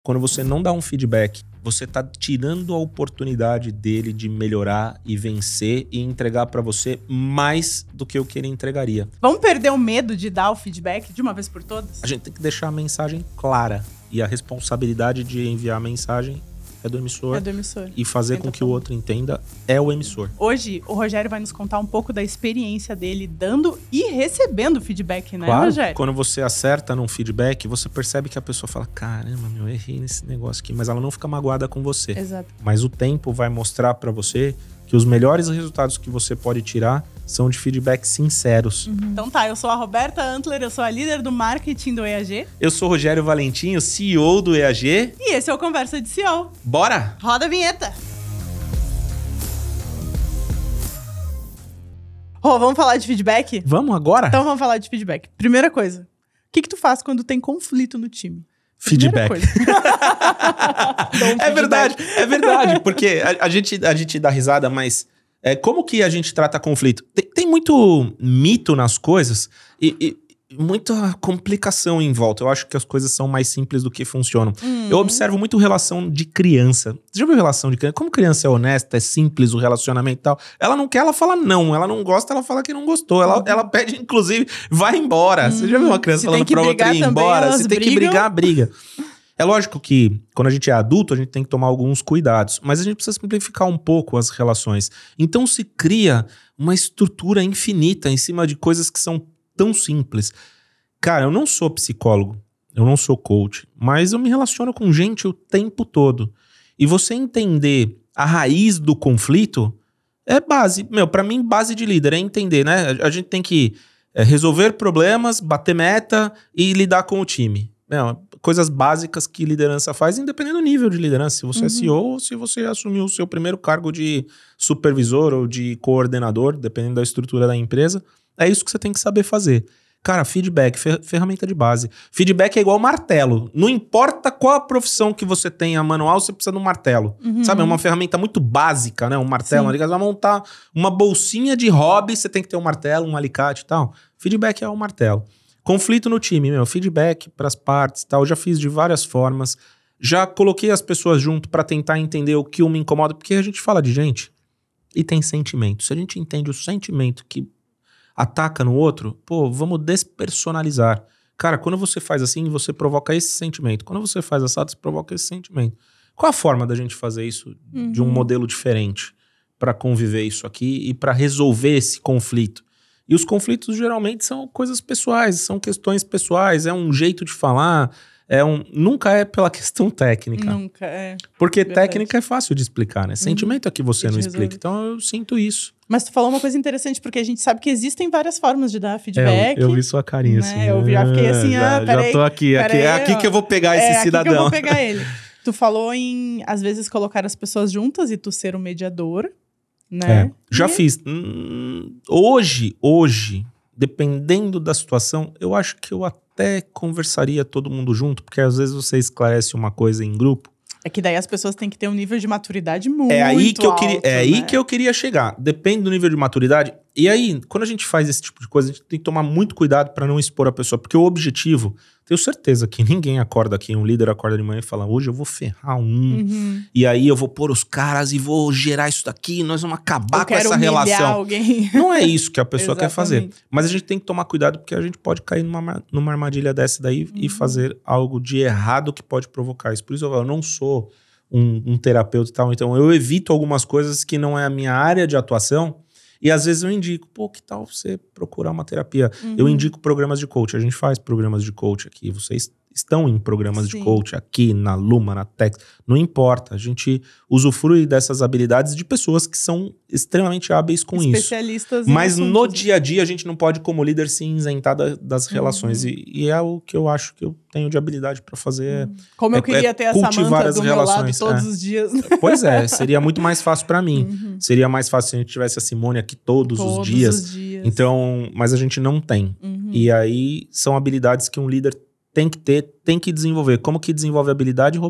Quando você não dá um feedback, você tá tirando a oportunidade dele de melhorar e vencer e entregar pra você mais do que o que ele entregaria. Vamos perder o medo de dar o feedback de uma vez por todas? A gente tem que deixar a mensagem clara. E a responsabilidade de enviar a mensagem é do emissor. É do emissor. E fazer com que o outro entenda é o emissor. Hoje, o Rogério vai nos contar um pouco da experiência dele dando e recebendo feedback, né, Claro, Rogério? quando você acerta num feedback, você percebe que a pessoa fala, caramba, eu errei nesse negócio aqui. Mas ela não fica magoada com você. Exato. Mas o tempo vai mostrar pra você que os melhores resultados que você pode tirar são de feedbacks sinceros. Então tá, eu sou a Roberta Antler, eu sou a líder do marketing do EAG. Eu sou o Rogério Valentim, o CEO do EAG. E esse é o Conversa de CEO. Bora! Roda a vinheta! Rô, vamos falar de feedback? Vamos agora? Então vamos falar de feedback. Primeira coisa, o que tu faz quando tem conflito no time? Feedback. É verdade, porque a gente dá risada, mas como que a gente trata conflito? Tem muito mito nas coisas e muita complicação em volta. Eu acho que as coisas são mais simples do que funcionam. Eu observo muito relação de criança. Você já viu relação de criança? Como criança é honesta, é simples o relacionamento e tal. Ela não quer, ela fala não. Ela não gosta, ela fala que não gostou. Ela pede, inclusive, vai embora. Você já viu uma criança falando pra outra ir embora? Se tem que brigar, briga. É lógico que quando a gente é adulto, a gente tem que tomar alguns cuidados. Mas a gente precisa simplificar um pouco as relações. Então se cria uma estrutura infinita em cima de coisas que são tão simples. Cara, eu não sou psicólogo, eu não sou coach, mas eu me relaciono com gente o tempo todo. E você entender a raiz do conflito é base. Pra mim, base de líder é entender, né? A gente tem que resolver problemas, bater meta e lidar com o time. Coisas básicas que liderança faz, independente do nível de liderança. Se você é CEO ou se você assumiu o seu primeiro cargo de supervisor ou de coordenador, dependendo da estrutura da empresa, é isso que você tem que saber fazer. Cara, feedback, ferramenta de base. Feedback é igual martelo. Não importa qual a profissão que você tenha manual, você precisa de um martelo. Sabe, é uma ferramenta muito básica, né? Um martelo. Você vai montar uma bolsinha de hobby, você tem que ter um martelo, um alicate e tal. Feedback é o martelo. Conflito no time, feedback pras partes e tal. Eu já fiz de várias formas. Já coloquei as pessoas junto pra tentar entender o que me incomoda. Porque a gente fala de gente e tem sentimento. Se a gente entende o sentimento que ataca no outro, vamos despersonalizar. Cara, quando você faz assim, você provoca esse sentimento. Quando você faz assado, você provoca esse sentimento. Qual a forma da gente fazer isso de um modelo diferente pra conviver isso aqui e pra resolver esse conflito? E os conflitos geralmente são coisas pessoais, são questões pessoais, é um jeito de falar, nunca é pela questão técnica. Nunca é. Porque técnica é fácil de explicar, né? Sentimento é que você não explica. Então eu sinto isso. Mas tu falou uma coisa interessante, porque a gente sabe que existem várias formas de dar feedback. Eu vi sua carinha assim. Eu já fiquei assim, peraí. Já tô aqui, é aqui que eu vou pegar esse cidadão. É aqui que eu vou pegar ele. Tu falou em, às vezes, colocar as pessoas juntas e tu ser o mediador. Né? Já fiz. Hoje, dependendo da situação, eu acho que eu até conversaria todo mundo junto, porque às vezes você esclarece uma coisa em grupo. É que daí as pessoas têm que ter um nível de maturidade muito alto. Aí que eu queria chegar. Depende do nível de maturidade. E aí, quando a gente faz esse tipo de coisa, a gente tem que tomar muito cuidado para não expor a pessoa. Porque o objetivo, tenho certeza que ninguém acorda aqui, um líder acorda de manhã e fala, hoje eu vou ferrar e aí eu vou pôr os caras e vou gerar isso daqui, nós vamos acabar com essa relação. Alguém. Não é isso que a pessoa quer fazer. Mas a gente tem que tomar cuidado porque a gente pode cair numa armadilha dessa daí e fazer algo de errado que pode provocar isso. Por isso eu não sou um terapeuta e tal, então eu evito algumas coisas que não é a minha área de atuação. E às vezes eu indico, que tal você procurar uma terapia? Eu indico programas de coach, a gente faz programas de coach aqui, vocês estão em programas de coach aqui, na Luma, na Tex, não importa, a gente usufrui dessas habilidades de pessoas que são extremamente hábeis com isso. Especialistas. Mas no dia a dia a gente não pode, como líder, se isentar das relações, e é o que eu acho que eu tenho de habilidade para fazer. Como eu queria ter a Samantha do meu lado todos os dias. Pois é, seria muito mais fácil para mim. Seria mais fácil se a gente tivesse a Simone aqui todos os dias. Então, mas a gente não tem. E aí são habilidades que um líder tem que ter, tem que desenvolver. Como que desenvolve a habilidade, Roberta?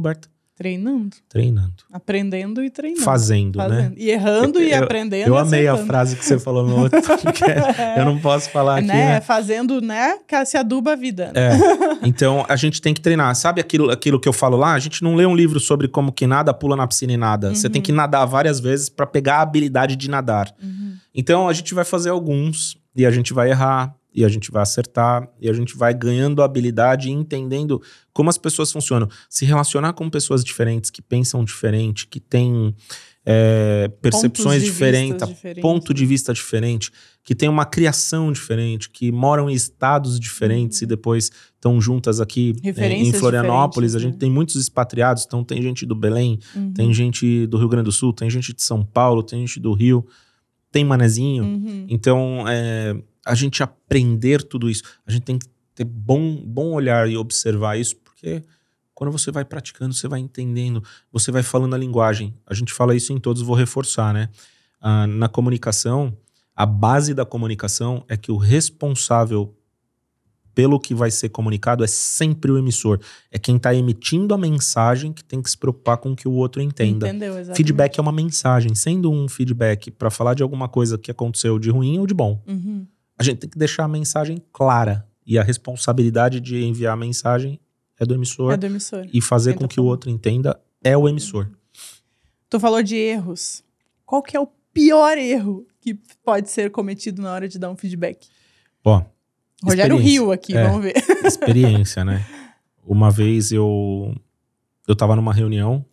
Treinando. Aprendendo e treinando. Fazendo, né? E errando e aprendendo. Eu amei a frase que você falou no outro podcast. Eu não posso falar aqui, né? Fazendo, né? Que se aduba a vida. Então, a gente tem que treinar. Sabe aquilo que eu falo lá? A gente não lê um livro sobre como que nada, pula na piscina e nada. Você tem que nadar várias vezes para pegar a habilidade de nadar. Então, a gente vai fazer alguns e a gente vai errar. E a gente vai acertar, e a gente vai ganhando habilidade e entendendo como as pessoas funcionam. Se relacionar com pessoas diferentes, que pensam diferente, que têm percepções diferentes, ponto de vista diferente, que tem uma criação diferente, que moram em estados diferentes e depois estão juntas aqui em Florianópolis. A gente tem muitos expatriados, então tem gente do Belém, tem gente do Rio Grande do Sul, tem gente de São Paulo, tem gente do Rio, tem manezinho. Então, a gente aprender tudo isso, a gente tem que ter bom olhar e observar isso, porque quando você vai praticando, você vai entendendo, você vai falando a linguagem. A gente fala isso em todos, vou reforçar, né? Na comunicação, a base da comunicação é que o responsável pelo que vai ser comunicado é sempre o emissor. É quem está emitindo a mensagem que tem que se preocupar com o que o outro entenda. Entendeu, exatamente. Feedback é uma mensagem. Sendo um feedback para falar de alguma coisa que aconteceu de ruim ou de bom. A gente tem que deixar a mensagem clara. E a responsabilidade de enviar a mensagem é do emissor. E fazer com que o outro entenda é o emissor. Tu falou de erros. Qual que é o pior erro que pode ser cometido na hora de dar um feedback? Rogério riu aqui, vamos ver. Experiência, né? Uma vez eu tava numa reunião,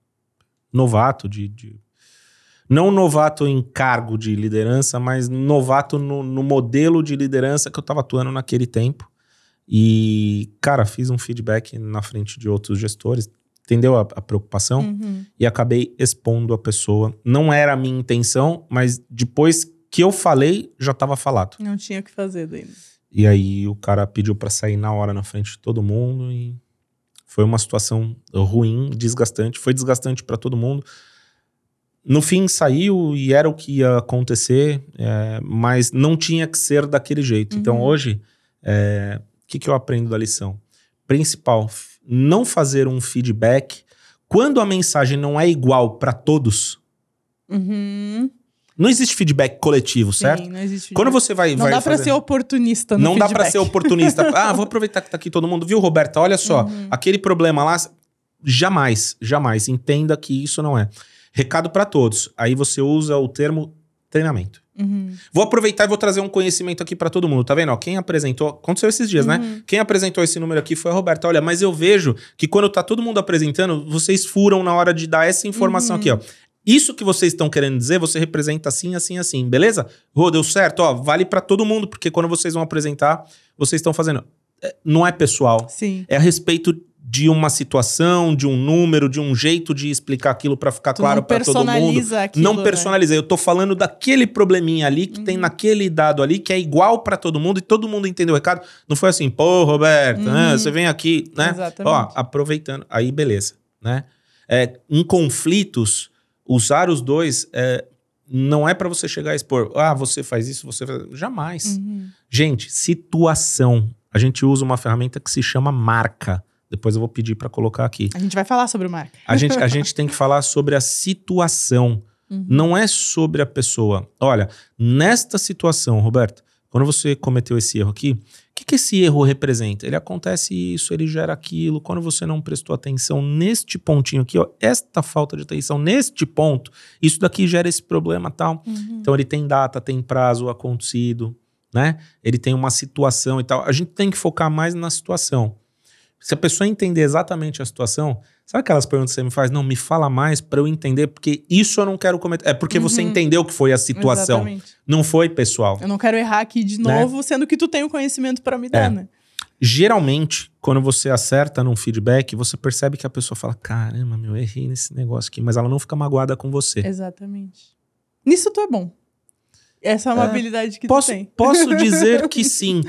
novato não novato em cargo de liderança, mas novato no modelo de liderança que eu tava atuando naquele tempo. E, cara, fiz um feedback na frente de outros gestores, entendeu a preocupação? E acabei expondo a pessoa. Não era a minha intenção, mas depois que eu falei, já tava falado. Não tinha o que fazer daí. E aí o cara pediu pra sair na hora na frente de todo mundo e foi uma situação ruim, desgastante. Foi desgastante pra todo mundo. No fim saiu e era o que ia acontecer, mas não tinha que ser daquele jeito. Então hoje, o que eu aprendo da lição? Principal, não fazer um feedback quando a mensagem não é igual para todos. Não existe feedback coletivo, certo? Sim, não existe feedback. Quando você vai Não dá pra ser oportunista no feedback. Não dá pra ser oportunista. Vou aproveitar que tá aqui todo mundo. Viu, Roberta? Olha só, aquele problema lá, jamais. Entenda que isso não é. Recado pra todos. Aí você usa o termo treinamento. Vou aproveitar e vou trazer um conhecimento aqui pra todo mundo. Tá vendo? Ó, quem apresentou... Aconteceu esses dias, né? Quem apresentou esse número aqui foi a Roberta. Olha, mas eu vejo que quando tá todo mundo apresentando, vocês furam na hora de dar essa informação aqui, ó. Isso que vocês estão querendo dizer, você representa assim, assim, assim. Beleza? Rô, deu certo? Ó, vale pra todo mundo, porque quando vocês vão apresentar, vocês estão fazendo... Não é pessoal. Sim. É a respeito de uma situação, de um número, de um jeito de explicar aquilo pra ficar claro pra todo mundo. Não personalizei. Eu tô falando daquele probleminha ali que tem naquele dado ali que é igual pra todo mundo e todo mundo entendeu o recado. Não foi assim, pô, Roberto, né, você vem aqui, né? Exatamente. Ó, aproveitando. Aí, beleza, né? Em conflitos, usar os dois não é pra você chegar a expor. Você faz isso, você faz... Jamais. Gente, situação. A gente usa uma ferramenta que se chama marca. Depois eu vou pedir para colocar aqui. A gente vai falar sobre marca. A gente tem que falar sobre a situação. Não é sobre a pessoa. Olha, nesta situação, Roberto, quando você cometeu esse erro aqui, o que esse erro representa? Ele acontece isso, ele gera aquilo. Quando você não prestou atenção neste pontinho aqui, ó, esta falta de atenção neste ponto, isso daqui gera esse problema tal. Então ele tem data, tem prazo acontecido, né? Ele tem uma situação e tal. A gente tem que focar mais na situação. Se a pessoa entender exatamente a situação, sabe aquelas perguntas que você me faz? Não, me fala mais para eu entender, porque isso eu não quero cometer. É porque você entendeu que foi a situação. Exatamente. Não foi pessoal. Eu não quero errar aqui de novo, né? Sendo que tu tem o conhecimento para me dar, né? Geralmente, quando você acerta num feedback, você percebe que a pessoa fala, caramba, eu errei nesse negócio aqui, mas ela não fica magoada com você. Exatamente. Nisso tu é bom. Essa é uma habilidade que tu tem. Posso dizer que sim.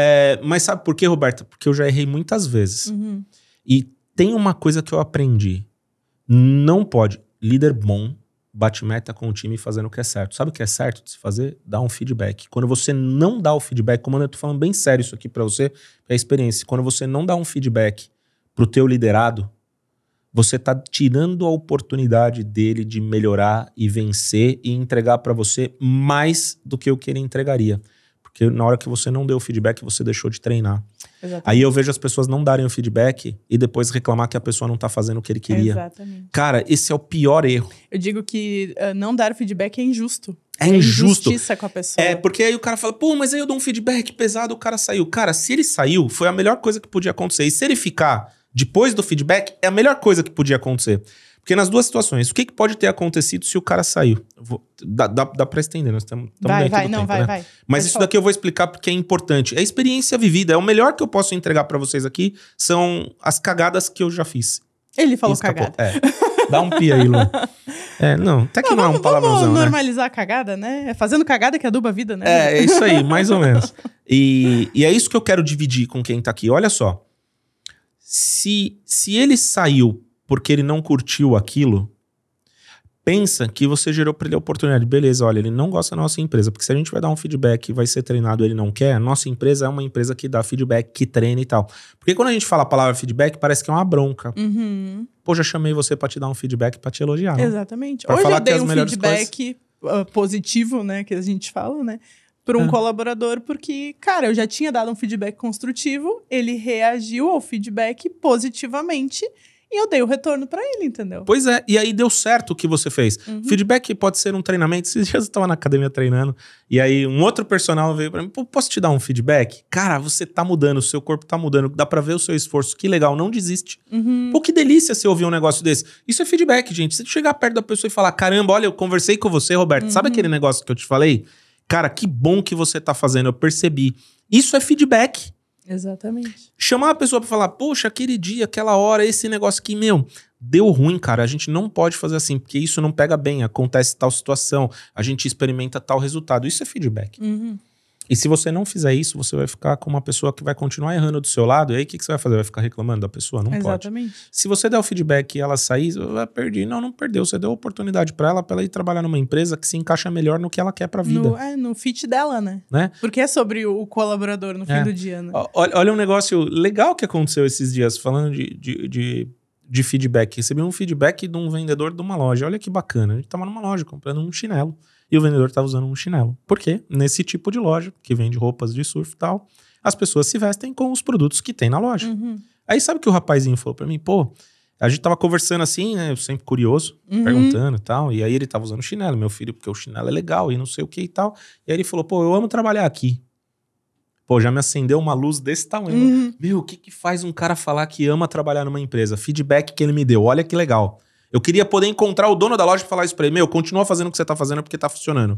Mas sabe por quê, Roberta? Porque eu já errei muitas vezes. E tem uma coisa que eu aprendi. Não pode. Líder bom bate meta com o time fazendo o que é certo. Sabe o que é certo de se fazer? Dar um feedback. Quando você não dá o feedback, como eu tô falando bem sério isso aqui pra você, é a experiência. Quando você não dá um feedback pro teu liderado, você tá tirando a oportunidade dele de melhorar e vencer e entregar para você mais do que o que ele entregaria. Porque na hora que você não deu o feedback, você deixou de treinar. Exatamente. Aí eu vejo as pessoas não darem o feedback e depois reclamar que a pessoa não tá fazendo o que ele queria. Exatamente. Cara, esse é o pior erro. Eu digo que não dar feedback é injusto. É injusto. Injustiça com a pessoa. É, porque aí o cara fala, pô, mas aí eu dou um feedback pesado, o cara saiu. Cara, se ele saiu, foi a melhor coisa que podia acontecer. E se ele ficar depois do feedback, é a melhor coisa que podia acontecer. Porque nas duas situações, o que pode ter acontecido se o cara saiu? Dá pra estender, nós estamos dentro do tempo, né? Vai. Mas isso daqui eu vou explicar porque é importante. É a experiência vivida. É o melhor que eu posso entregar pra vocês aqui, são as cagadas que eu já fiz. Ele falou cagada. É. Dá um pi aí, Lu. Não, até que não é um palavrãozão, vamos normalizar a cagada, né? É fazendo cagada que aduba a vida, né? É isso aí, mais ou menos. E é isso que eu quero dividir com quem tá aqui. Olha só. Se ele saiu porque ele não curtiu aquilo, pensa que você gerou pra ele a oportunidade. Beleza, olha, ele não gosta da nossa empresa, porque se a gente vai dar um feedback e vai ser treinado e ele não quer, a nossa empresa é uma empresa que dá feedback, que treina e tal. Porque quando a gente fala a palavra feedback, parece que é uma bronca. Uhum. Pô, já chamei você pra te dar um feedback, pra te elogiar. Não? Exatamente. Pra Hoje falar eu dei que as um melhores feedback positivo, né, que a gente fala, né, para um colaborador, porque, cara, eu já tinha dado um feedback construtivo, ele reagiu ao feedback positivamente e eu dei o retorno pra ele, entendeu? Pois é, e aí deu certo o que você fez. Uhum. Feedback pode ser um treinamento. Esses dias eu tava na academia treinando, e aí um outro personal veio pra mim, pô, posso te dar um feedback? Cara, você tá mudando, o seu corpo tá mudando, dá pra ver o seu esforço, que legal, não desiste. Uhum. Pô, que delícia você ouvir um negócio desse. Isso é feedback, gente. Você chegar perto da pessoa e falar, caramba, olha, eu conversei com você, Roberto, sabe aquele negócio que eu te falei? Cara, que bom que você tá fazendo, eu percebi. Isso é feedback. Exatamente. Chamar a pessoa pra falar, poxa, aquele dia, aquela hora, esse negócio aqui, meu, deu ruim, cara. A gente não pode fazer assim, porque isso não pega bem, acontece tal situação, a gente experimenta tal resultado. Isso é feedback. Uhum. E se você não fizer isso, você vai ficar com uma pessoa que vai continuar errando do seu lado, e aí o que você vai fazer? Vai ficar reclamando da pessoa? Não Exatamente. pode. Se você der o feedback e ela sair, vai perder. Não perdeu. Você deu a oportunidade pra ela ir trabalhar numa empresa que se encaixa melhor no que ela quer pra vida. No fit dela, né? Porque é sobre o colaborador no fim do dia, né? Olha um negócio legal que aconteceu esses dias, falando de feedback. Recebi um feedback de um vendedor de uma loja. Olha que bacana. A gente tava numa loja comprando um chinelo. E o vendedor estava usando um chinelo. Por quê? Nesse tipo de loja, que vende roupas de surf e tal, as pessoas se vestem com os produtos que tem na loja. Uhum. Aí sabe o que o rapazinho falou pra mim? Pô, a gente tava conversando assim, né? Eu sempre curioso, perguntando e tal. E aí ele tava usando chinelo, meu filho, porque o chinelo é legal e não sei o que e tal. E aí ele falou, pô, eu amo trabalhar aqui. Pô, já me acendeu uma luz desse tamanho. Meu, o que faz um cara falar que ama trabalhar numa empresa? Feedback que ele me deu, olha que legal. Eu queria poder encontrar o dono da loja e falar isso pra ele. Meu, continua fazendo o que você tá fazendo porque tá funcionando.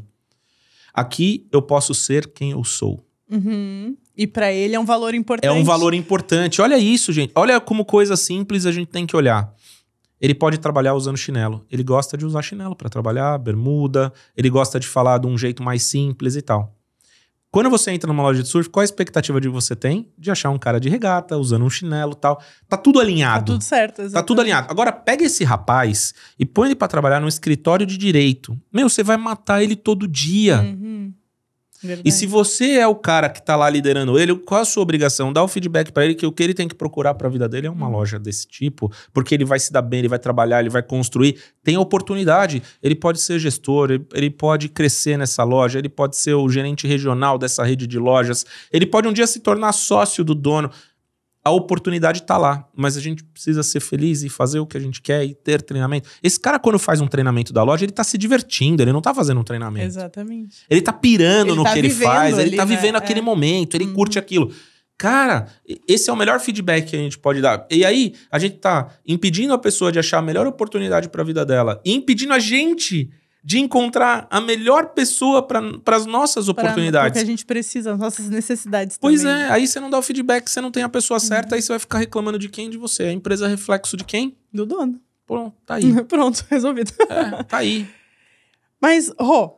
Aqui eu posso ser quem eu sou. Uhum. E pra ele é um valor importante. É um valor importante. Olha isso, gente. Olha como coisa simples a gente tem que olhar. Ele pode trabalhar usando chinelo. Ele gosta de usar chinelo pra trabalhar, bermuda. Ele gosta de falar de um jeito mais simples e tal. Quando você entra numa loja de surf, qual a expectativa de você tem? De achar um cara de regata, usando um chinelo e tal. Tá tudo alinhado. Tá tudo certo, exatamente. Tá tudo alinhado. Agora, pega esse rapaz e põe ele pra trabalhar num escritório de direito. Meu, você vai matar ele todo dia. Uhum. E se você é o cara que tá lá liderando ele, qual a sua obrigação? Dá o feedback pra ele que o que ele tem que procurar pra vida dele é uma loja desse tipo, porque ele vai se dar bem, ele vai trabalhar, ele vai construir. Tem oportunidade. Ele pode ser gestor, ele pode crescer nessa loja, ele pode ser o gerente regional dessa rede de lojas, ele pode um dia se tornar sócio do dono. A oportunidade tá lá, mas a gente precisa ser feliz e fazer o que a gente quer e ter treinamento. Esse cara, quando faz um treinamento da loja, ele tá se divertindo, ele não tá fazendo um treinamento. Exatamente. Ele tá pirando Ele no tá que ele faz, ali, ele tá vivendo aquele momento, ele curte aquilo. Cara, esse é o melhor feedback que a gente pode dar. E aí, a gente tá impedindo a pessoa de achar a melhor oportunidade pra vida dela e impedindo a gente de encontrar a melhor pessoa para as nossas oportunidades. Porque a gente precisa, as nossas necessidades pois também. Pois é, aí você não dá o feedback, você não tem a pessoa certa, aí você vai ficar reclamando de quem? De você. A empresa é reflexo de quem? Do dono. Pronto, tá aí. Pronto, resolvido. Tá aí. Mas, Rô,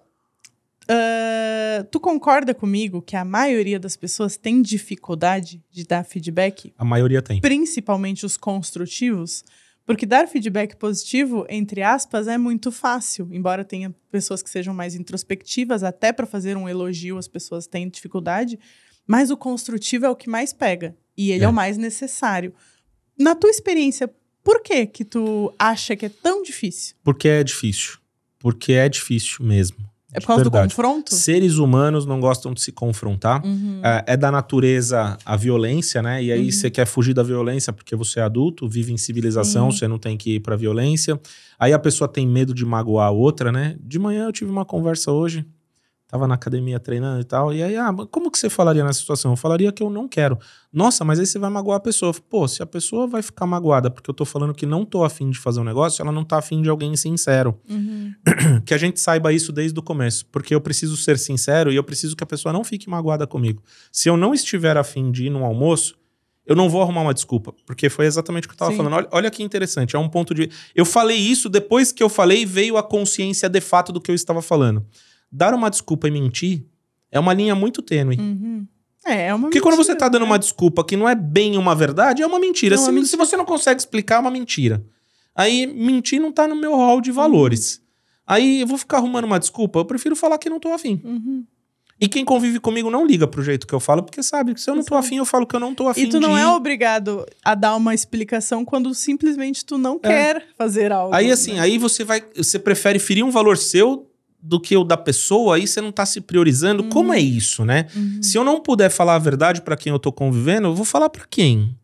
tu concorda comigo que a maioria das pessoas tem dificuldade de dar feedback? A maioria tem. Principalmente os construtivos? Porque dar feedback positivo, entre aspas, é muito fácil. Embora tenha pessoas que sejam mais introspectivas, até para fazer um elogio as pessoas têm dificuldade, mas o construtivo é o que mais pega. E ele é o mais necessário. Na tua experiência Por que que tu acha que é tão difícil? Porque é difícil. Porque é difícil mesmo. É por causa do confronto? Seres humanos não gostam de se confrontar. Uhum. É da natureza a violência, né? E aí você quer fugir da violência porque você é adulto, vive em civilização, você não tem que ir pra violência. Aí a pessoa tem medo de magoar a outra, né? De manhã eu tive uma conversa hoje, tava na academia treinando e tal, e aí, como que você falaria nessa situação? Eu falaria que eu não quero. Nossa, mas aí você vai magoar a pessoa. Pô, se a pessoa vai ficar magoada porque eu tô falando que não tô afim de fazer um negócio, ela não tá afim de alguém sincero. Que a gente saiba isso desde o começo, porque eu preciso ser sincero e eu preciso que a pessoa não fique magoada comigo. Se eu não estiver afim de ir num almoço, eu não vou arrumar uma desculpa, porque foi exatamente o que eu tava falando. Olha que interessante, é um ponto de... Eu falei isso, depois que eu falei, veio a consciência de fato do que eu estava falando. Dar uma desculpa e mentir é uma linha muito tênue. É uma Porque mentira, quando você tá dando né? uma desculpa que não é bem uma verdade, é uma mentira. Se você não consegue explicar, é uma mentira. Aí, mentir não tá no meu hall de valores. Aí, eu vou ficar arrumando uma desculpa, eu prefiro falar que não tô afim. E quem convive comigo não liga pro jeito que eu falo, porque sabe que se eu não tô afim, eu falo que eu não tô afim de ir. E tu não é obrigado a dar uma explicação quando simplesmente tu não quer fazer algo. Aí, assim, né? aí você prefere ferir um valor seu do que o da pessoa, aí você não tá se priorizando. Como é isso, né? Se eu não puder falar a verdade pra quem eu tô convivendo, eu vou falar pra quem?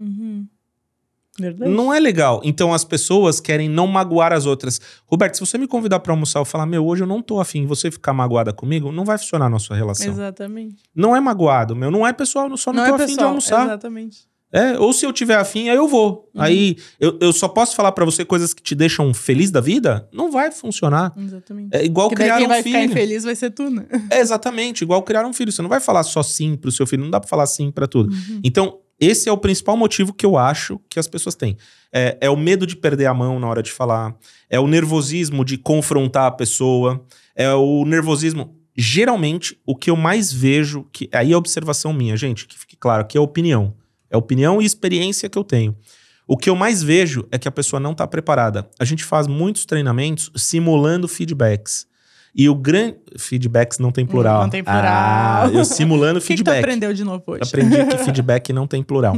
Verdade. Não é legal. Então as pessoas querem não magoar as outras. Roberto, se você me convidar pra almoçar, eu falar, hoje eu não tô afim, você ficar magoada comigo, não vai funcionar a nossa relação. Exatamente. Não é magoado, não é pessoal, eu só não tô afim de almoçar. Exatamente. Ou se eu tiver afim, aí eu vou. Aí eu só posso falar pra você coisas que te deixam feliz da vida? Não vai funcionar. Exatamente. É igual Porque criar quem um vai filho. ficar infeliz vai ser tu, né? É exatamente, igual criar um filho. Você não vai falar só sim pro seu filho, não dá pra falar sim pra tudo. Então, esse é o principal motivo que eu acho que as pessoas têm. É o medo de perder a mão na hora de falar. É o nervosismo de confrontar a pessoa. É o nervosismo... Geralmente, o que eu mais vejo... Aí é observação minha, gente, que fique claro, que é opinião. É opinião e experiência que eu tenho. O que eu mais vejo é que a pessoa não está preparada. A gente faz muitos treinamentos simulando feedbacks. E o grande... Feedbacks não tem plural. Não tem plural. Eu simulando feedback. O que tu aprendeu de novo hoje? Aprendi que feedback não tem plural.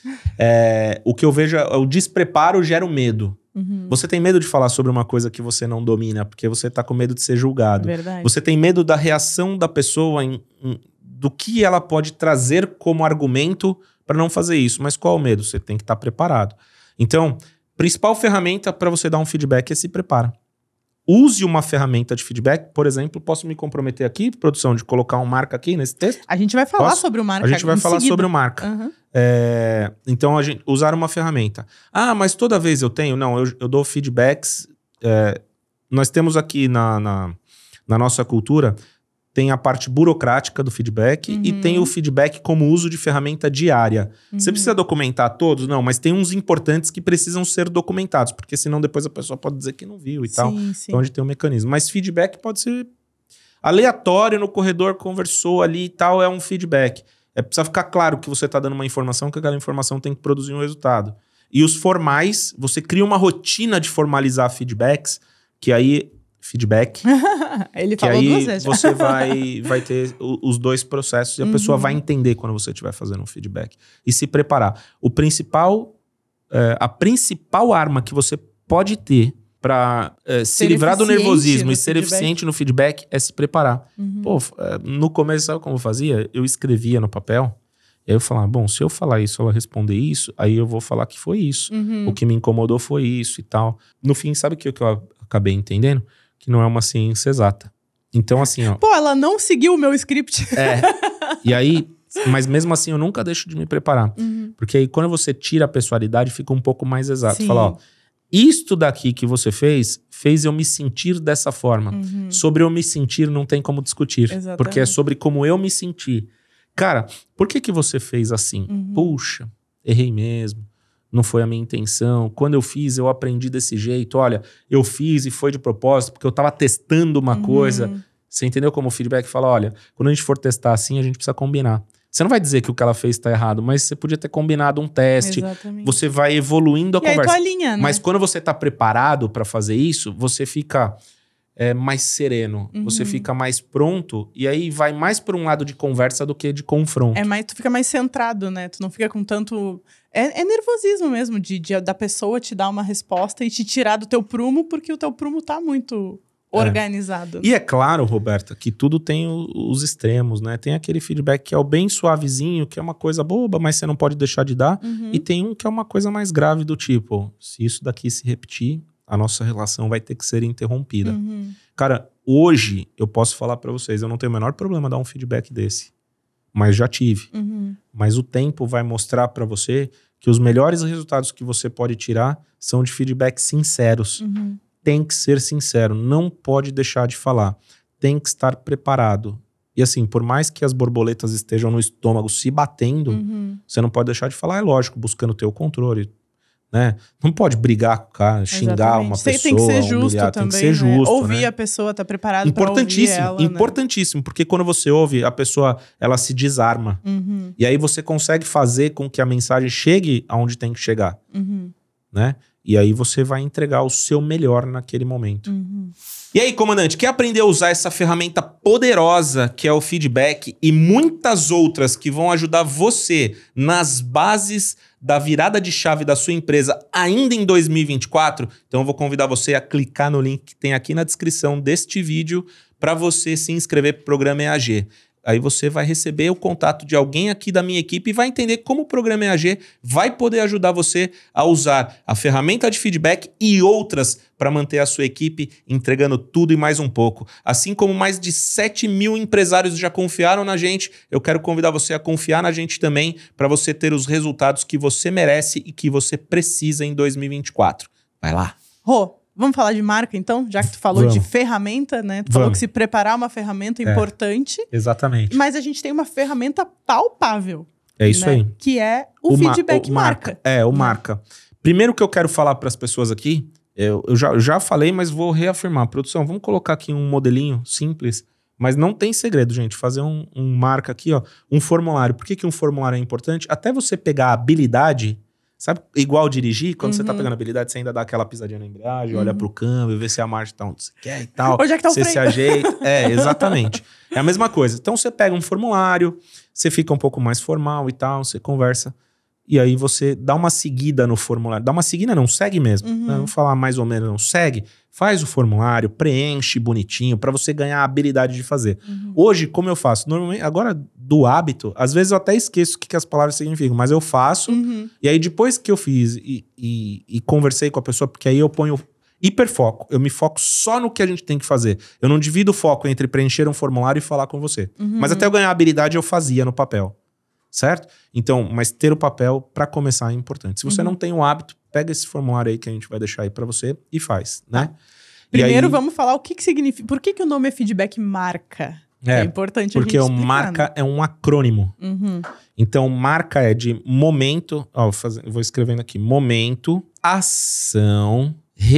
O que eu vejo é o despreparo gera o medo. Você tem medo de falar sobre uma coisa que você não domina, porque você tá com medo de ser julgado. Verdade. Você tem medo da reação da pessoa, do que ela pode trazer como argumento para não fazer isso. Mas qual é o medo? Você tem que estar preparado. Então, principal ferramenta para você dar um feedback é se prepara. Use uma ferramenta de feedback, por exemplo, posso me comprometer aqui, produção, de colocar um marca aqui nesse texto? A gente vai falar sobre o marca. A gente vai falar seguida. sobre o marca. Então, usar uma ferramenta. Mas toda vez eu tenho? Não, eu dou feedbacks. Nós temos aqui na nossa cultura, tem a parte burocrática do feedback e tem o feedback como uso de ferramenta diária. Você precisa documentar todos? Não, mas tem uns importantes que precisam ser documentados, porque senão depois a pessoa pode dizer que não viu e tal. Sim. Então a gente tem um mecanismo. Mas feedback pode ser aleatório, no corredor, conversou ali e tal, é um feedback. Precisa ficar claro que você está dando uma informação, que aquela informação tem que produzir um resultado. E os formais, você cria uma rotina de formalizar feedbacks, que aí... Feedback. Ele que falou aí duas vezes. Você vai ter os dois processos e a pessoa vai entender quando você estiver fazendo um feedback. E se preparar. A principal arma que você pode ter para se livrar do nervosismo e ser eficiente no feedback é se preparar. No começo, sabe como eu fazia? Eu escrevia no papel. E aí eu falava, bom, se eu falar isso, ela responder isso, aí eu vou falar que foi isso. O que me incomodou foi isso e tal. No fim, sabe o que eu acabei entendendo? Que não é uma ciência exata. Então, assim, ó... Pô, ela não seguiu o meu script. E aí... Mas mesmo assim, eu nunca deixo de me preparar. Porque aí, quando você tira a pessoalidade, fica um pouco mais exato. Fala, ó... Isto daqui que você fez eu me sentir dessa forma. Sobre eu me sentir, não tem como discutir. Exatamente. Porque é sobre como eu me senti. Cara, por que você fez assim? Puxa, errei mesmo. Não foi a minha intenção. Quando eu fiz, eu aprendi desse jeito. Olha, eu fiz e foi de propósito, porque eu tava testando uma coisa. Você entendeu como o feedback fala? Olha, quando a gente for testar assim, a gente precisa combinar. Você não vai dizer que o que ela fez tá errado, mas você podia ter combinado um teste. Exatamente. Você vai evoluindo a conversa. Aí tu alinha, né? Mas quando você tá preparado para fazer isso, você fica mais sereno. Você fica mais pronto e aí vai mais por um lado de conversa do que de confronto. Tu fica mais centrado, né? Tu não fica com tanto... É nervosismo mesmo da pessoa te dar uma resposta e te tirar do teu prumo, porque o teu prumo tá muito organizado. E é claro, Roberta, que tudo tem os extremos, né? Tem aquele feedback que é o bem suavezinho, que é uma coisa boba, mas você não pode deixar de dar. E tem um que é uma coisa mais grave do tipo, se isso daqui se repetir, a nossa relação vai ter que ser interrompida. Cara, hoje eu posso falar pra vocês, eu não tenho o menor problema dar um feedback desse. Mas já tive. Mas o tempo vai mostrar pra você que os melhores resultados que você pode tirar são de feedbacks sinceros. Tem que ser sincero, não pode deixar de falar. Tem que estar preparado. E assim, por mais que as borboletas estejam no estômago se batendo, você não pode deixar de falar, é lógico, buscando ter o controle. Né? Não pode brigar com o cara, xingar uma pessoa, tem que ser justo humilhar, também, tem que ser justo, ouvir né? a pessoa, tá preparado pra ouvir ela, importantíssimo, porque quando você ouve, a pessoa, ela se desarma. E aí você consegue fazer com que a mensagem chegue aonde tem que chegar, né? E aí você vai entregar o seu melhor naquele momento. E aí, comandante, quer aprender a usar essa ferramenta poderosa que é o feedback e muitas outras que vão ajudar você nas bases da virada de chave da sua empresa ainda em 2024? Então eu vou convidar você a clicar no link que tem aqui na descrição deste vídeo para você se inscrever para o Programa EAG. Aí você vai receber o contato de alguém aqui da minha equipe e vai entender como o Programa EAG vai poder ajudar você a usar a ferramenta de feedback e outras para manter a sua equipe entregando tudo e mais um pouco. Assim como mais de 7 mil empresários já confiaram na gente, eu quero convidar você a confiar na gente também para você ter os resultados que você merece e que você precisa em 2024. Vai lá. Vamos falar de marca, então? Já que tu falou de ferramenta, né? Tu falou que se preparar é uma ferramenta importante. Exatamente. Mas a gente tem uma ferramenta palpável. É isso, né? Aí. Que é o feedback marca. O marca. Primeiro que eu quero falar para as pessoas aqui, eu já falei, mas vou reafirmar. Produção, vamos colocar aqui um modelinho simples, mas não tem segredo, gente. Fazer um marca aqui, ó, um formulário. Por que um formulário é importante? Até você pegar a habilidade... Sabe, igual dirigir, quando você tá pegando habilidade, você ainda dá aquela pisadinha na embreagem, olha pro câmbio, vê se a marcha tá onde você quer e tal. Onde é que tá o freio? Você se ajeita. Exatamente. É a mesma coisa. Então você pega um formulário, você fica um pouco mais formal e tal, você conversa, e aí você dá uma seguida no formulário. Dá uma seguida, não, segue mesmo. Né? Vou falar mais ou menos, não, segue. Faz o formulário, preenche bonitinho pra você ganhar a habilidade de fazer. Hoje, como eu faço? Normalmente, agora do hábito, às vezes eu até esqueço o que as palavras significam, mas eu faço, e aí depois que eu fiz e conversei com a pessoa, porque aí eu ponho hiperfoco, eu me foco só no que a gente tem que fazer. Eu não divido o foco entre preencher um formulário e falar com você. Mas até eu ganhar a habilidade, eu fazia no papel. Certo? Então, mas ter o papel para começar é importante. Se você não tem o hábito, pega esse formulário aí que a gente vai deixar aí para você e faz, né? Primeiro vamos falar o que significa, por que o nome é feedback marca? É importante a gente explicar. Porque o marca é um acrônimo. Então, marca é de momento, ó, vou escrevendo aqui, momento, ação,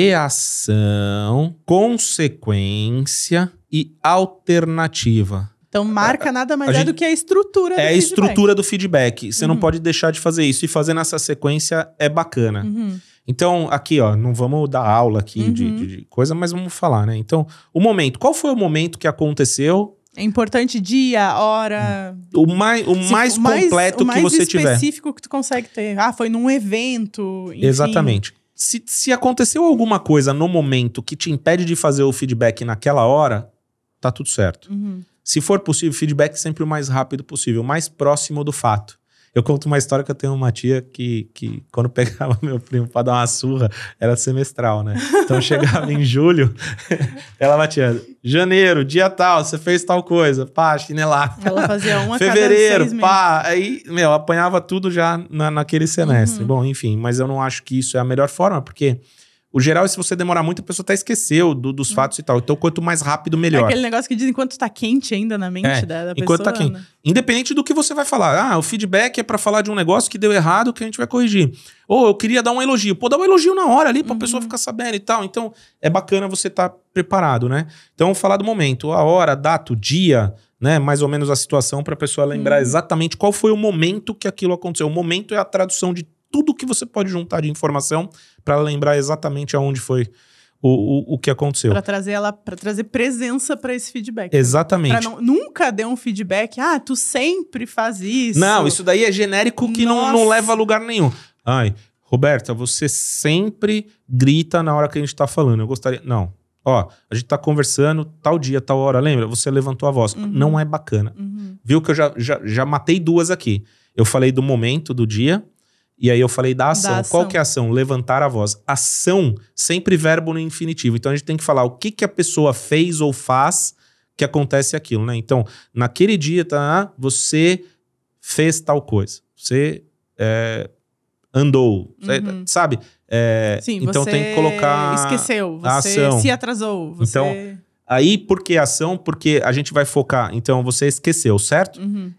reação, consequência e alternativa. Então, marca nada mais é do que a estrutura do feedback. É a estrutura do feedback. Você não pode deixar de fazer isso. E fazer nessa sequência é bacana. Então, aqui, ó, não vamos dar aula aqui de coisa, mas vamos falar, né? Então, o momento. Qual foi o momento que aconteceu? É importante dia, hora... O mais completo que você tiver. O mais específico que tu consegue ter. Foi num evento, enfim. Exatamente. Se aconteceu alguma coisa no momento que te impede de fazer o feedback naquela hora, tá tudo certo. Se for possível, feedback sempre o mais rápido possível, o mais próximo do fato. Eu conto uma história que eu tenho uma tia que quando pegava meu primo pra dar uma surra, era semestral, né? Então chegava em julho, ela batia, janeiro, dia tal, você fez tal coisa, pá, chinelar. Ela fazia uma fevereiro, cada 6 meses. Pá, aí, apanhava tudo já naquele semestre. Bom, enfim, mas eu não acho que isso é a melhor forma, porque... O geral é se você demorar muito, a pessoa até esqueceu dos fatos e tal. Então, quanto mais rápido, melhor. É aquele negócio que diz enquanto tá quente ainda na mente da pessoa. Enquanto tá quente. Né? Independente do que você vai falar. O feedback é pra falar de um negócio que deu errado, que a gente vai corrigir. Ou eu queria dar um elogio. Pô, dá um elogio na hora ali pra pessoa ficar sabendo e tal. Então, é bacana você estar preparado, né? Então, falar do momento. A hora, a data, o dia, né? Mais ou menos a situação pra pessoa lembrar exatamente qual foi o momento que aquilo aconteceu. O momento é a tradução de tudo que você pode juntar de informação para lembrar exatamente aonde foi o que aconteceu. Pra trazer presença pra esse feedback. Exatamente. Nunca dê um feedback, tu sempre faz isso. Não, isso daí é genérico que não leva a lugar nenhum. Ai, Roberta, você sempre grita na hora que a gente tá falando. Eu gostaria... Não. Ó, a gente tá conversando, tal dia, tal hora, lembra? Você levantou a voz. Não é bacana. Viu que eu já matei 2 aqui. Eu falei do momento, do dia... E aí eu falei da ação. Qual que é a ação? Levantar a voz. Ação, sempre verbo no infinitivo. Então a gente tem que falar o que a pessoa fez ou faz que acontece aquilo, né? Então, naquele dia, você fez tal coisa. Você andou, sabe? Sim, então tem que colocar esqueceu, você a ação. Se atrasou. Você... Então, aí por que ação? Porque a gente vai focar. Então, você esqueceu, certo?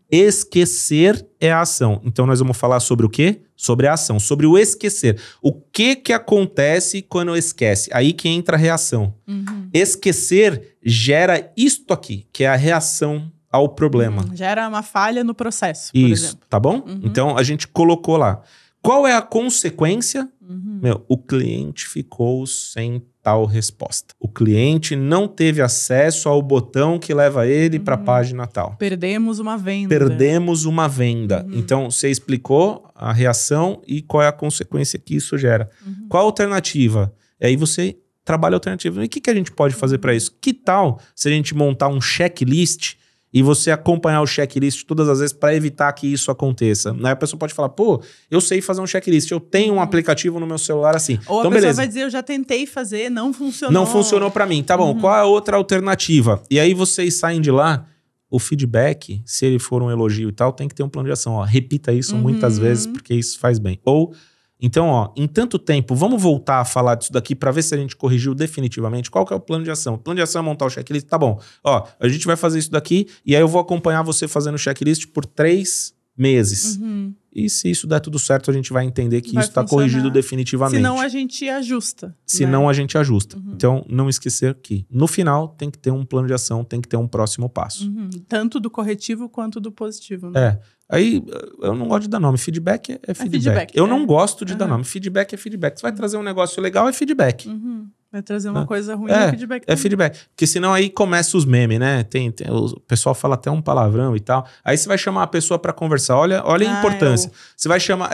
Esquecer é a ação. Então, nós vamos falar sobre o quê? Sobre a ação, sobre o esquecer. O que acontece quando esquece? Aí que entra a reação. Esquecer gera isto aqui, que é a reação ao problema. Gera uma falha no processo, por Isso, exemplo. tá bom? Então, a gente colocou lá. Qual é a consequência? O cliente ficou sem tal resposta. O cliente não teve acesso ao botão que leva ele para a página tal. Perdemos uma venda. Perdemos uma venda. Então, você explicou a reação e qual é a consequência que isso gera. Qual a alternativa? E aí você trabalha a alternativa. E o que a gente pode fazer para isso? Que tal se a gente montar um checklist e você acompanhar o checklist todas as vezes para evitar que isso aconteça? Aí a pessoa pode falar, eu sei fazer um checklist, eu tenho um aplicativo no meu celular assim. Ou então, a pessoa beleza. vai dizer, eu já tentei fazer, não funcionou. Não funcionou para mim. Tá bom, qual é a outra alternativa? E aí vocês saem de lá, o feedback, se ele for um elogio e tal, tem que ter um plano de ação. Repita isso muitas vezes, porque isso faz bem. Ou... Então, em tanto tempo, vamos voltar a falar disso daqui para ver se a gente corrigiu definitivamente. Qual que é o plano de ação? O plano de ação é montar o checklist. Tá bom, a gente vai fazer isso daqui e aí eu vou acompanhar você fazendo o checklist por 3 meses. E se isso der tudo certo, a gente vai entender que isso está corrigido definitivamente. Senão a gente ajusta. Senão a gente ajusta. Então, não esquecer que no final tem que ter um plano de ação, tem que ter um próximo passo. Tanto do corretivo quanto do positivo. Né? Aí, eu não gosto de dar nome. Feedback é feedback. Eu não gosto de dar nome. Feedback é feedback. Você vai trazer um negócio legal, é feedback. Vai trazer uma coisa ruim, é feedback também. É feedback. Porque senão aí começa os memes, né? O pessoal fala até um palavrão e tal. Aí você vai chamar a pessoa pra conversar. Olha a importância. Você vai chamar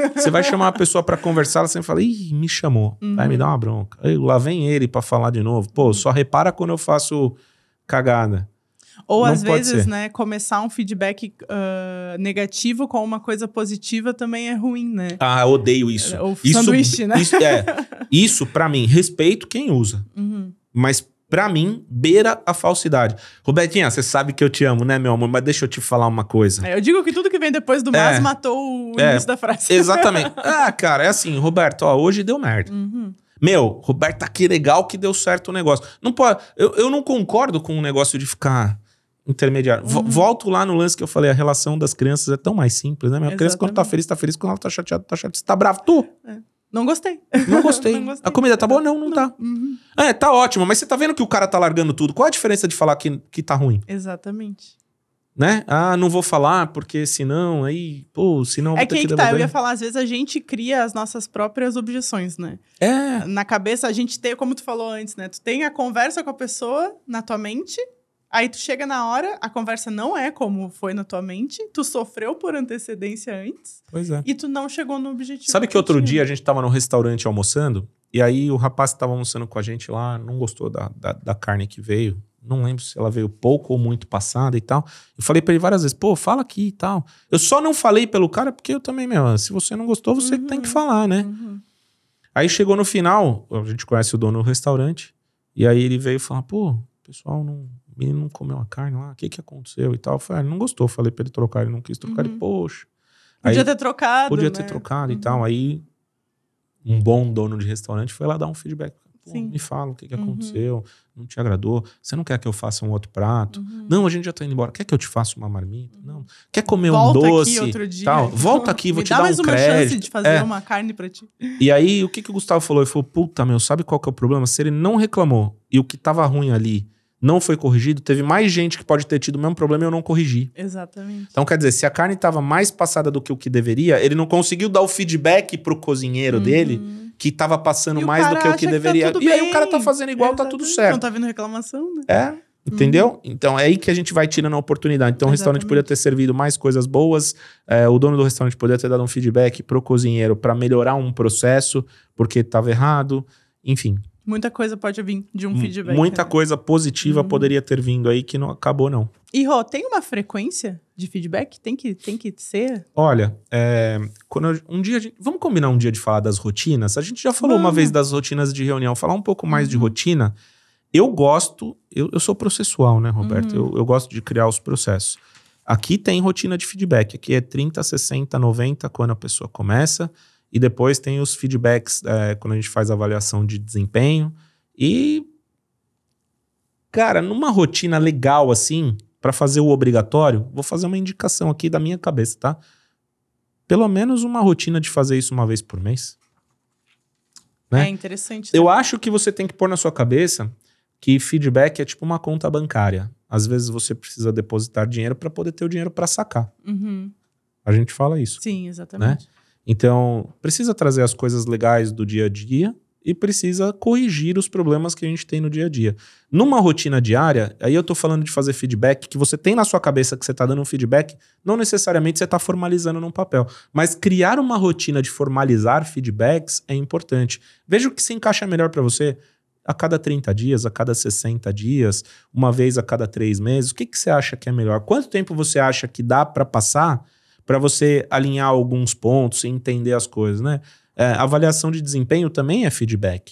a pessoa pra conversar, ela sempre fala, me chamou. Vai me dar uma bronca. Aí, lá vem ele pra falar de novo. Só repara quando eu faço cagada. Ou às vezes, né, começar um feedback negativo com uma coisa positiva também é ruim, né? Odeio isso. O sanduíche, né? Isso, pra mim, respeito quem usa. Mas, pra mim, beira a falsidade. Robertinha, você sabe que eu te amo, né, meu amor? Mas deixa eu te falar uma coisa. Eu digo que tudo que vem depois do mas matou o início da frase. Exatamente. Cara, é assim, Roberto, hoje deu merda. Roberto, que legal que deu certo o negócio. Não pode... Eu não concordo com o negócio de ficar... intermediário. Volto lá no lance que eu falei, a relação das crianças é tão mais simples, né? A criança quando tá feliz, quando ela tá chateada, tá chateada. Você tá bravo? Não gostei. Não gostei. A comida tá boa? Não tá. Tá ótimo, mas você tá vendo que o cara tá largando tudo. Qual a diferença de falar que tá ruim? Exatamente. Né? Não vou falar, porque senão, senão eu vou ter que devolver. Eu ia falar, às vezes a gente cria as nossas próprias objeções, né? Na cabeça, a gente tem, como tu falou antes, né? Tu tem a conversa com a pessoa na tua mente, aí tu chega na hora, a conversa não é como foi na tua mente, tu sofreu por antecedência antes, e tu não chegou no objetivo. Sabe que outro dia a gente tava no restaurante almoçando, e aí o rapaz que tava almoçando com a gente lá, não gostou da carne que veio, não lembro se ela veio pouco ou muito passada e tal. Eu falei pra ele várias vezes, fala aqui e tal. Eu só não falei pelo cara porque eu também, se você não gostou, você tem que falar, né? Aí chegou no final, a gente conhece o dono do restaurante, e aí ele veio falar, pessoal, o menino não comeu a carne lá, o que aconteceu e tal. Eu falei, ele não gostou, falei pra ele trocar, ele não quis trocar, ele, poxa. Podia ter trocado, Podia ter trocado e tal. Aí, um bom dono de restaurante foi lá dar um feedback. Me fala o que aconteceu, não te agradou, você não quer que eu faça um outro prato? Não, a gente já tá indo embora, quer que eu te faça uma marmita? Não. Quer comer um doce? Volta aqui outro dia. Tal. Volta aqui, vou te dar um crédito. Me dá mais uma chance de fazer uma carne pra ti. E aí, o que o Gustavo falou? Ele falou, sabe qual que é o problema? Se ele não reclamou e o que tava ruim ali não foi corrigido, teve mais gente que pode ter tido o mesmo problema e eu não corrigi. Exatamente. Então, quer dizer, se a carne estava mais passada do que o que deveria, ele não conseguiu dar o feedback pro cozinheiro dele que tava passando E o mais do cara que o acha que que tá deveria. tudo E aí o bem. cara tá fazendo igual, tá tudo Exatamente. certo. Não tá vindo reclamação, né? Entendeu? Então é aí que a gente vai tirando a oportunidade. Então o restaurante Exatamente. poderia ter servido mais coisas boas, o dono do restaurante poderia ter dado um feedback pro cozinheiro para melhorar um processo, porque estava errado, enfim. Muita coisa pode vir de um feedback. Muita né? coisa positiva poderia ter vindo aí que não acabou, não. E, Rô, tem uma frequência de feedback? Tem que ser? Olha, um dia vamos combinar um dia de falar das rotinas? A gente já falou uma vez das rotinas de reunião, falar um pouco mais de rotina. Eu gosto, eu sou processual, né, Roberto? Eu gosto de criar os processos. Aqui tem rotina de feedback, aqui é 30, 60, 90 quando a pessoa começa, e depois tem os feedbacks quando a gente faz a avaliação de desempenho. E, cara, numa rotina legal assim, para fazer o obrigatório, vou fazer uma indicação aqui da minha cabeça, tá? Pelo menos uma rotina de fazer isso uma vez por mês. Né? É interessante. Eu acho que você tem que pôr na sua cabeça que feedback é tipo uma conta bancária. Às vezes você precisa depositar dinheiro para poder ter o dinheiro para sacar. A gente fala isso. Sim, exatamente. Né? Então, precisa trazer as coisas legais do dia a dia e precisa corrigir os problemas que a gente tem no dia a dia. Numa rotina diária, aí eu tô falando de fazer feedback, que você tem na sua cabeça que você tá dando um feedback, não necessariamente você tá formalizando num papel. Mas criar uma rotina de formalizar feedbacks é importante. Veja o que se encaixa melhor para você. A cada 30 dias, a cada 60 dias, uma vez a cada 3 meses, o que você acha que é melhor? Quanto tempo você acha que dá para passar para você alinhar alguns pontos e entender as coisas, né? Avaliação de desempenho também é feedback.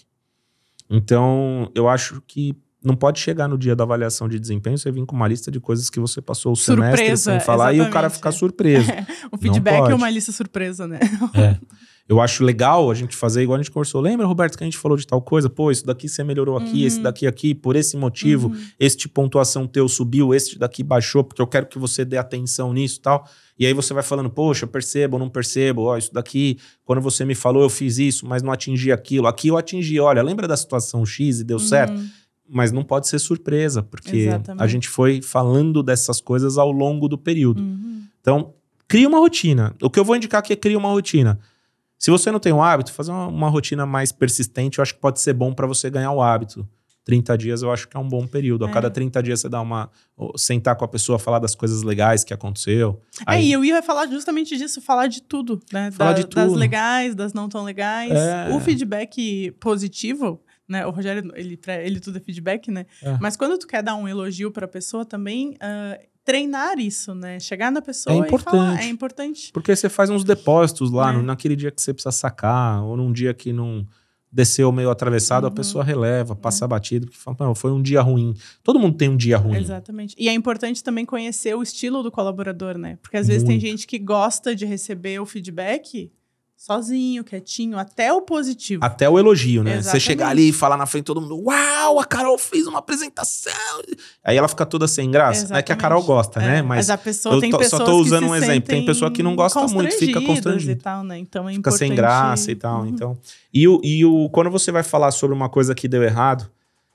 Então, eu acho que não pode chegar no dia da avaliação de desempenho você vir com uma lista de coisas que você passou o semestre sem falar e o cara ficar surpreso. O feedback é uma lista surpresa, né? Eu acho legal a gente fazer igual a gente conversou. Lembra, Roberto, que a gente falou de tal coisa? Pô, isso daqui você melhorou aqui, esse daqui aqui, por esse motivo, este pontuação teu subiu, este daqui baixou, porque eu quero que você dê atenção nisso e tal. E aí você vai falando, poxa, eu percebo ou não percebo, ó, isso daqui, quando você me falou, eu fiz isso, mas não atingi aquilo. Aqui eu atingi, olha, lembra da situação X e deu certo? Mas não pode ser surpresa, porque a gente foi falando dessas coisas ao longo do período. Então, cria uma rotina. O que eu vou indicar aqui é criar uma rotina. Se você não tem o hábito, fazer uma rotina mais persistente, eu acho que pode ser bom para você ganhar o hábito. 30 dias eu acho que é um bom período. A cada 30 dias você dá sentar com a pessoa, falar das coisas legais que aconteceu. E eu ia falar justamente disso, falar de tudo, né? Das legais, das não tão legais. O feedback positivo, né? O Rogério, ele tudo é feedback, né? Mas quando tu quer dar um elogio pra pessoa também, treinar isso, né? Chegar na pessoa e falar, é importante. Porque você faz uns depósitos lá, naquele dia que você precisa sacar, ou num dia que não desceu meio atravessado, a pessoa releva, passa batido, porque fala, não, foi um dia ruim. Todo mundo tem um dia ruim. Exatamente. E é importante também conhecer o estilo do colaborador, né? Porque às vezes tem gente que gosta de receber o feedback sozinho, quietinho, até o positivo. Até o elogio, né? Exatamente. Você chegar ali e falar na frente de todo mundo, uau, a Carol fez uma apresentação. Aí ela fica toda sem graça. Exatamente. Não é que a Carol gosta, né? Mas a pessoa tem pessoas só tô usando que um exemplo. Tem pessoa que não gosta muito, fica constrangido. E tal, né? Então é fica importante... sem graça e tal. Então, quando você vai falar sobre uma coisa que deu errado,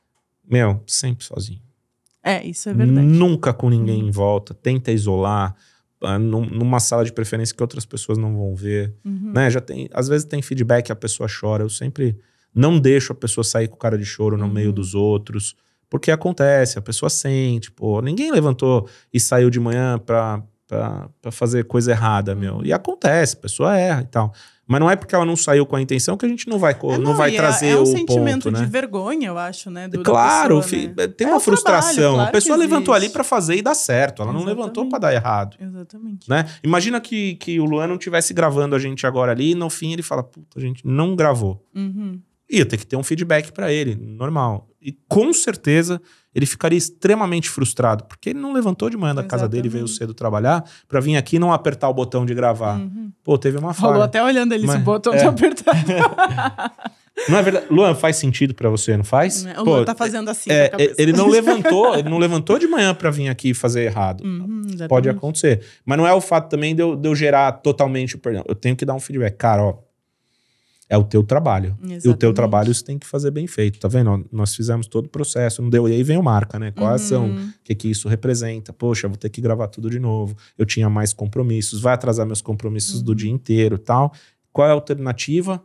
sempre sozinho. Isso é verdade. Nunca com ninguém em volta. Tenta isolar. Numa sala de preferência que outras pessoas não vão ver, né? Às vezes tem feedback, a pessoa chora. Eu sempre não deixo a pessoa sair com cara de choro no meio dos outros, porque acontece, a pessoa sente, pô, ninguém levantou e saiu de manhã pra fazer coisa errada, E acontece, a pessoa erra e tal. Mas não é porque ela não saiu com a intenção que a gente não vai trazer o ponto, né? É um sentimento de vergonha, eu acho, né? Claro, pessoa, né? Tem uma frustração. Trabalho, claro, a pessoa levantou ali pra fazer e dar certo. Ela não levantou pra dar errado. Exatamente. Né? Imagina que o Luan não estivesse gravando a gente agora ali e no fim ele fala, puta, a gente não gravou. Ia ter que ter um feedback pra ele, normal. E com certeza ele ficaria extremamente frustrado, porque ele não levantou de manhã da casa dele e veio cedo trabalhar pra vir aqui e não apertar o botão de gravar. Pô, teve uma falha. Falou até olhando ali se o botão tá apertado. Não é verdade? Luan, faz sentido pra você, não faz? O Luan tá fazendo assim na cabeça. Ele não levantou de manhã pra vir aqui fazer errado. Pode acontecer. Mas não é o fato também de eu gerar totalmente o perdão. Eu tenho que dar um feedback. Cara, ó, é o teu trabalho. Exatamente. E o teu trabalho você tem que fazer bem feito, tá vendo? Nós fizemos todo o processo, não deu. E aí vem o marca, né? Qual a ação? O que isso representa? Poxa, eu vou ter que gravar tudo de novo. Eu tinha mais compromissos. Vai atrasar meus compromissos do dia inteiro e tal. Qual é a alternativa?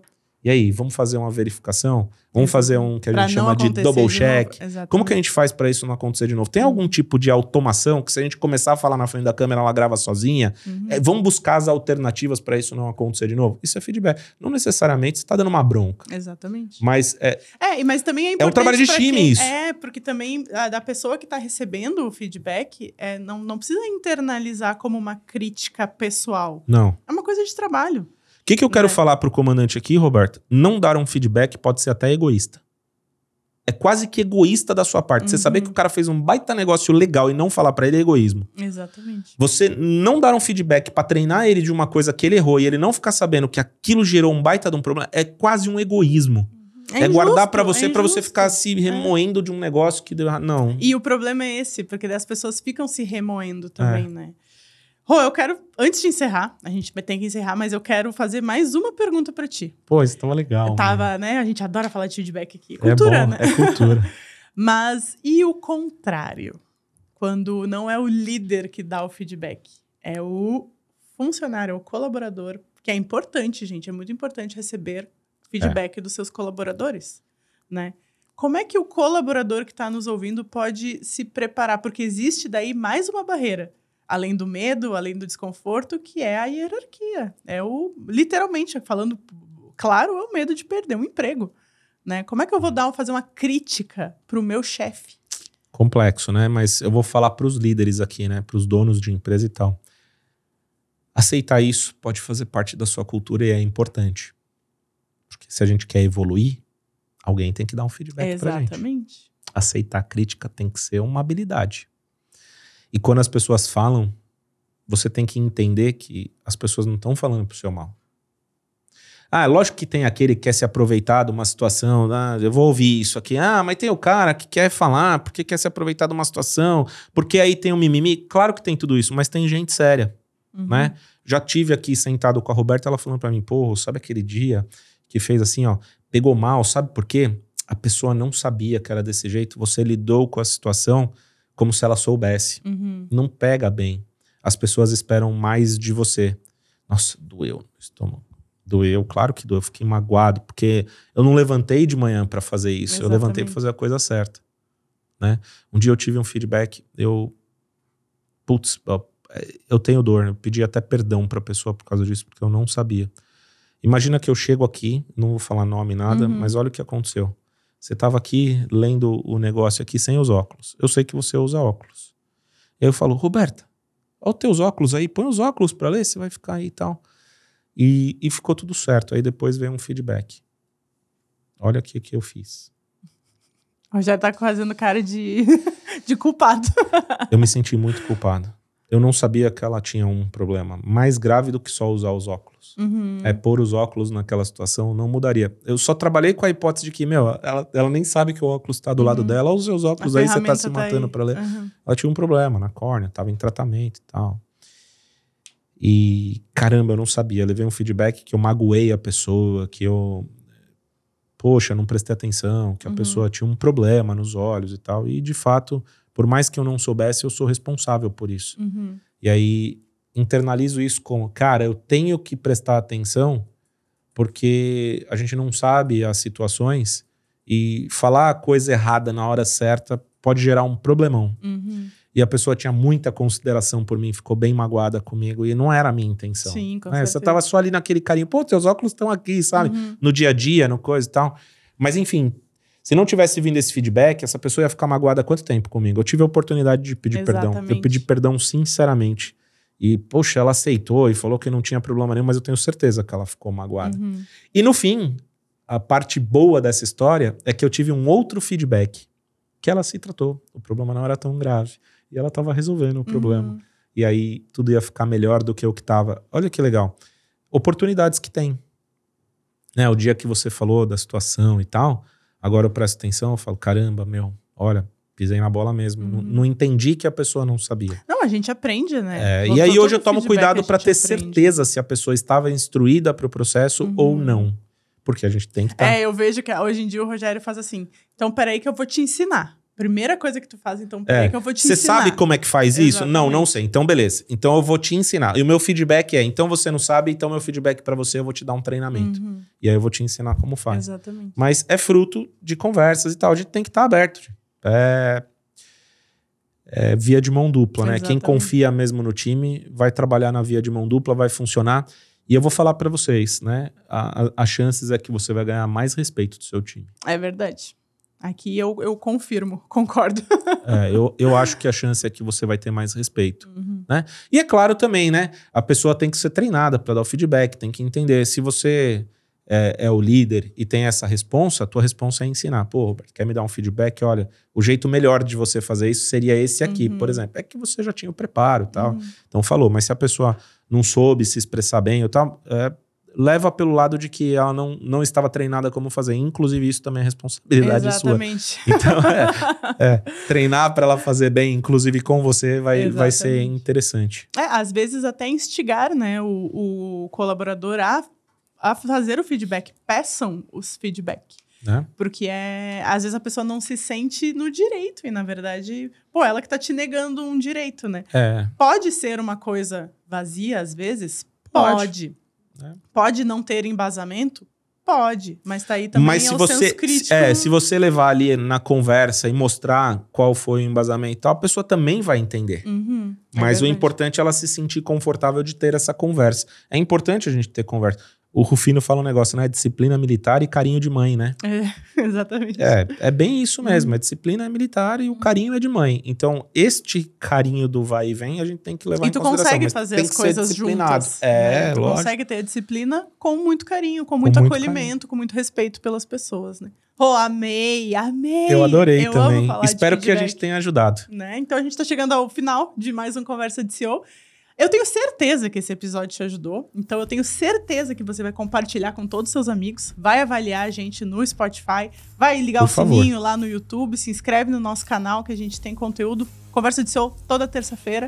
E aí, vamos fazer uma verificação? Vamos fazer um que a gente chama de double novo. check? Exatamente. Como que a gente faz para isso não acontecer de novo? Tem algum tipo de automação que se a gente começar a falar na frente da câmera, ela grava sozinha? Vamos buscar as alternativas para isso não acontecer de novo? Isso é feedback. Não necessariamente você está dando uma bronca. Exatamente. Mas mas também é importante. É um trabalho de time isso. Porque também da pessoa que está recebendo o feedback, não precisa internalizar como uma crítica pessoal. Não. É uma coisa de trabalho. O que eu quero falar pro comandante aqui, Roberto? Não dar um feedback pode ser até egoísta. É quase que egoísta da sua parte. Você saber que o cara fez um baita negócio legal e não falar pra ele é egoísmo. Exatamente. Você não dar um feedback pra treinar ele de uma coisa que ele errou e ele não ficar sabendo que aquilo gerou um baita de um problema é quase um egoísmo. É guardar pra você ficar se remoendo de um negócio que deu errado. Não. E o problema é esse, porque as pessoas ficam se remoendo também, né? Rô, eu quero, antes de encerrar, a gente tem que encerrar, mas eu quero fazer mais uma pergunta pra ti. Pô, isso tava legal. A gente adora falar de feedback aqui. Cultura, né? É cultura. Mas e o contrário? Quando não é o líder que dá o feedback, é o funcionário, é o colaborador, que é importante, gente, é muito importante receber feedback dos seus colaboradores, né? Como é que o colaborador que está nos ouvindo pode se preparar? Porque existe daí mais uma barreira. Além do medo, além do desconforto, que é a hierarquia. Literalmente, falando claro, é o medo de perder um emprego, né? Como é que eu vou fazer uma crítica pro meu chefe? Complexo, né? Mas eu vou falar pros líderes aqui, né? Pros donos de empresa e tal. Aceitar isso pode fazer parte da sua cultura e é importante. Porque se a gente quer evoluir, alguém tem que dar um feedback pra gente. Exatamente. Aceitar a crítica tem que ser uma habilidade. E quando as pessoas falam, você tem que entender que as pessoas não estão falando pro seu mal. Lógico que tem aquele que quer se aproveitar de uma situação. Eu vou ouvir isso aqui. Mas tem o cara que quer falar porque quer se aproveitar de uma situação. Porque aí tem um mimimi. Claro que tem tudo isso, mas tem gente séria, né? Já tive aqui sentado com a Roberta, ela falando pra mim, pô, sabe aquele dia que fez assim, ó, pegou mal, sabe por quê? A pessoa não sabia que era desse jeito. Você lidou com a situação como se ela soubesse. Não pega bem. As pessoas esperam mais de você. Nossa, doeu no estômago. Doeu, claro que doeu. Eu fiquei magoado, porque eu não levantei de manhã pra fazer isso. Exatamente. Eu levantei pra fazer a coisa certa, né? Um dia eu tive um feedback, eu tenho dor. Eu pedi até perdão pra pessoa por causa disso, porque eu não sabia. Imagina que eu chego aqui, não vou falar nome, nada, mas olha o que aconteceu. Você estava aqui lendo o negócio aqui sem os óculos. Eu sei que você usa óculos. E aí eu falo, Roberta, olha os teus óculos aí, põe os óculos pra ler, você vai ficar aí e tal. E ficou tudo certo. Aí depois veio um feedback. Olha o que eu fiz. Já tá fazendo cara de culpado. Eu me senti muito culpado. Eu não sabia que ela tinha um problema mais grave do que só usar os óculos. Pôr os óculos naquela situação não mudaria. Eu só trabalhei com a hipótese de que, ela nem sabe que o óculos tá do lado dela, ou os seus óculos aí você tá se matando pra ler. Ela tinha um problema na córnea, tava em tratamento e tal. E, caramba, eu não sabia. Eu levei um feedback que eu magoei a pessoa, que eu... Poxa, não prestei atenção, que a pessoa tinha um problema nos olhos e tal. E, de fato, por mais que eu não soubesse, eu sou responsável por isso. E aí, internalizo isso como, cara, eu tenho que prestar atenção porque a gente não sabe as situações e falar a coisa errada na hora certa pode gerar um problemão. E a pessoa tinha muita consideração por mim, ficou bem magoada comigo e não era a minha intenção. Sim, com certeza. Você tava só ali naquele carinho, pô, teus óculos estão aqui, sabe? No dia a dia, no coisa e tal. Mas enfim, se não tivesse vindo esse feedback, essa pessoa ia ficar magoada há quanto tempo comigo? Eu tive a oportunidade de pedir perdão. Eu pedi perdão sinceramente. E, poxa, ela aceitou e falou que não tinha problema nenhum, mas eu tenho certeza que ela ficou magoada. E no fim, a parte boa dessa história é que eu tive um outro feedback, que ela se tratou. O problema não era tão grave. E ela estava resolvendo o problema. E aí tudo ia ficar melhor do que o que estava. Olha que legal. Oportunidades que tem. Né? O dia que você falou da situação e tal, agora eu presto atenção, eu falo, caramba, olha, pisei na bola mesmo. Não entendi que a pessoa não sabia. Não, a gente aprende, né? E aí hoje eu tomo cuidado para ter certeza se a pessoa estava instruída para o processo ou não. Porque a gente tem que estar... Eu vejo que hoje em dia o Rogério faz assim, então peraí que eu vou te ensinar. Primeira coisa que tu faz, então, peraí que eu vou te Você ensinar. sabe como é que faz isso? Exatamente. Não sei. Então, beleza. Então, eu vou te ensinar. E o meu feedback então você não sabe, então meu feedback pra você, eu vou te dar um treinamento. E aí eu vou te ensinar como faz. Exatamente. Mas é fruto de conversas e tal. A gente tem que estar aberto. É via de mão dupla, né? Quem confia mesmo no time vai trabalhar na via de mão dupla, vai funcionar. E eu vou falar pra vocês, né? As chances é que você vai ganhar mais respeito do seu time. É verdade. Aqui eu confirmo, concordo. Eu acho que a chance é que você vai ter mais respeito, né? E é claro também, né? A pessoa tem que ser treinada para dar o feedback, tem que entender. Se você é o líder e tem essa responsa, a tua responsa é ensinar. Pô, Roberto, quer me dar um feedback? Olha, o jeito melhor de você fazer isso seria esse aqui, por exemplo. É que você já tinha o preparo e tal. Então falou, mas se a pessoa não soube se expressar bem ou tal, leva pelo lado de que ela não estava treinada como fazer. Inclusive, isso também é responsabilidade Exatamente. sua. Então, treinar para ela fazer bem, inclusive com você, vai ser interessante. Às vezes até instigar, né, o colaborador a fazer o feedback. Peçam os feedback. Porque às vezes a pessoa não se sente no direito. E, na verdade, ela que tá te negando um direito, né? Pode ser uma coisa vazia, às vezes? Pode. Pode não ter embasamento? Pode. Mas tá aí também o senso crítico. Se você levar ali na conversa e mostrar qual foi o embasamento e tal, a pessoa também vai entender. Mas o importante é ela se sentir confortável de ter essa conversa. É importante a gente ter conversa. O Rufino fala um negócio, né? Disciplina militar e carinho de mãe, né? Exatamente. É bem isso mesmo. A disciplina é militar e o carinho é de mãe. Então, este carinho do vai e vem, a gente tem que levar em consideração. E tu consegue fazer as coisas juntas. Tu consegue ter a disciplina com muito carinho, com muito acolhimento, com muito respeito pelas pessoas, né? Amei! Eu adorei também. Amo falar Espero de que a gente tenha ajudado. Né? Então, a gente tá chegando ao final de mais um Conversa de CEO. Eu tenho certeza que esse episódio te ajudou. Então, eu tenho certeza que você vai compartilhar com todos os seus amigos. Vai avaliar a gente no Spotify. Vai ligar o sininho lá no YouTube. Se inscreve no nosso canal, que a gente tem conteúdo. Conversa de CEO toda terça-feira.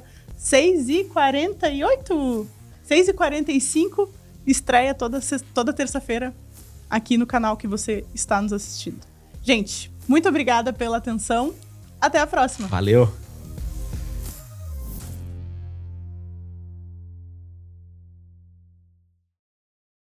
6h48? 6h45. Estreia toda terça-feira aqui no canal que você está nos assistindo. Gente, muito obrigada pela atenção. Até a próxima. Valeu!